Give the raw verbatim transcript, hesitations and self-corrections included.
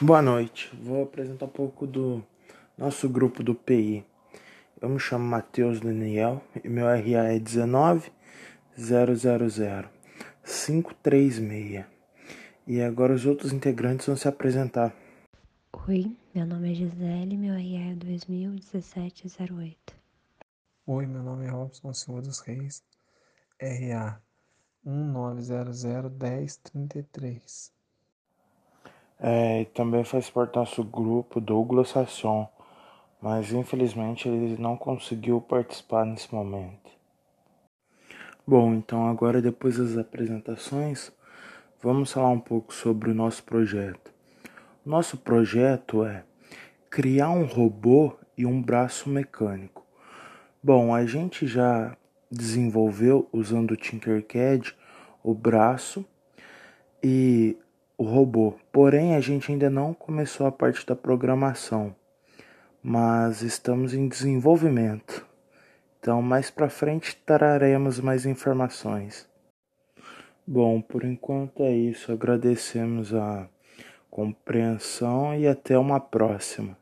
Boa noite, vou apresentar um pouco do nosso grupo do P I. Eu me chamo Matheus Daniel e meu R A é dezenove zero zero zero cinco três seis. E agora os outros integrantes vão se apresentar. Oi, meu nome é Gisele, meu R A é dois mil dezessete zero oito. Oi, meu nome é Robson Silva dos Reis, R A um nove zero zero um zero três três. É, e também faz parte do nosso grupo Douglas Sasson, mas infelizmente ele não conseguiu participar nesse momento. Bom, então agora depois das apresentações, vamos falar um pouco sobre o nosso projeto. Nosso projeto é criar um robô e um braço mecânico. Bom, a gente já desenvolveu usando o Tinkercad o braço e o robô, porém a gente ainda não começou a parte da programação, mas estamos em desenvolvimento. Então mais para frente traremos mais informações. Bom, por enquanto é isso. Agradecemos a compreensão e até uma próxima.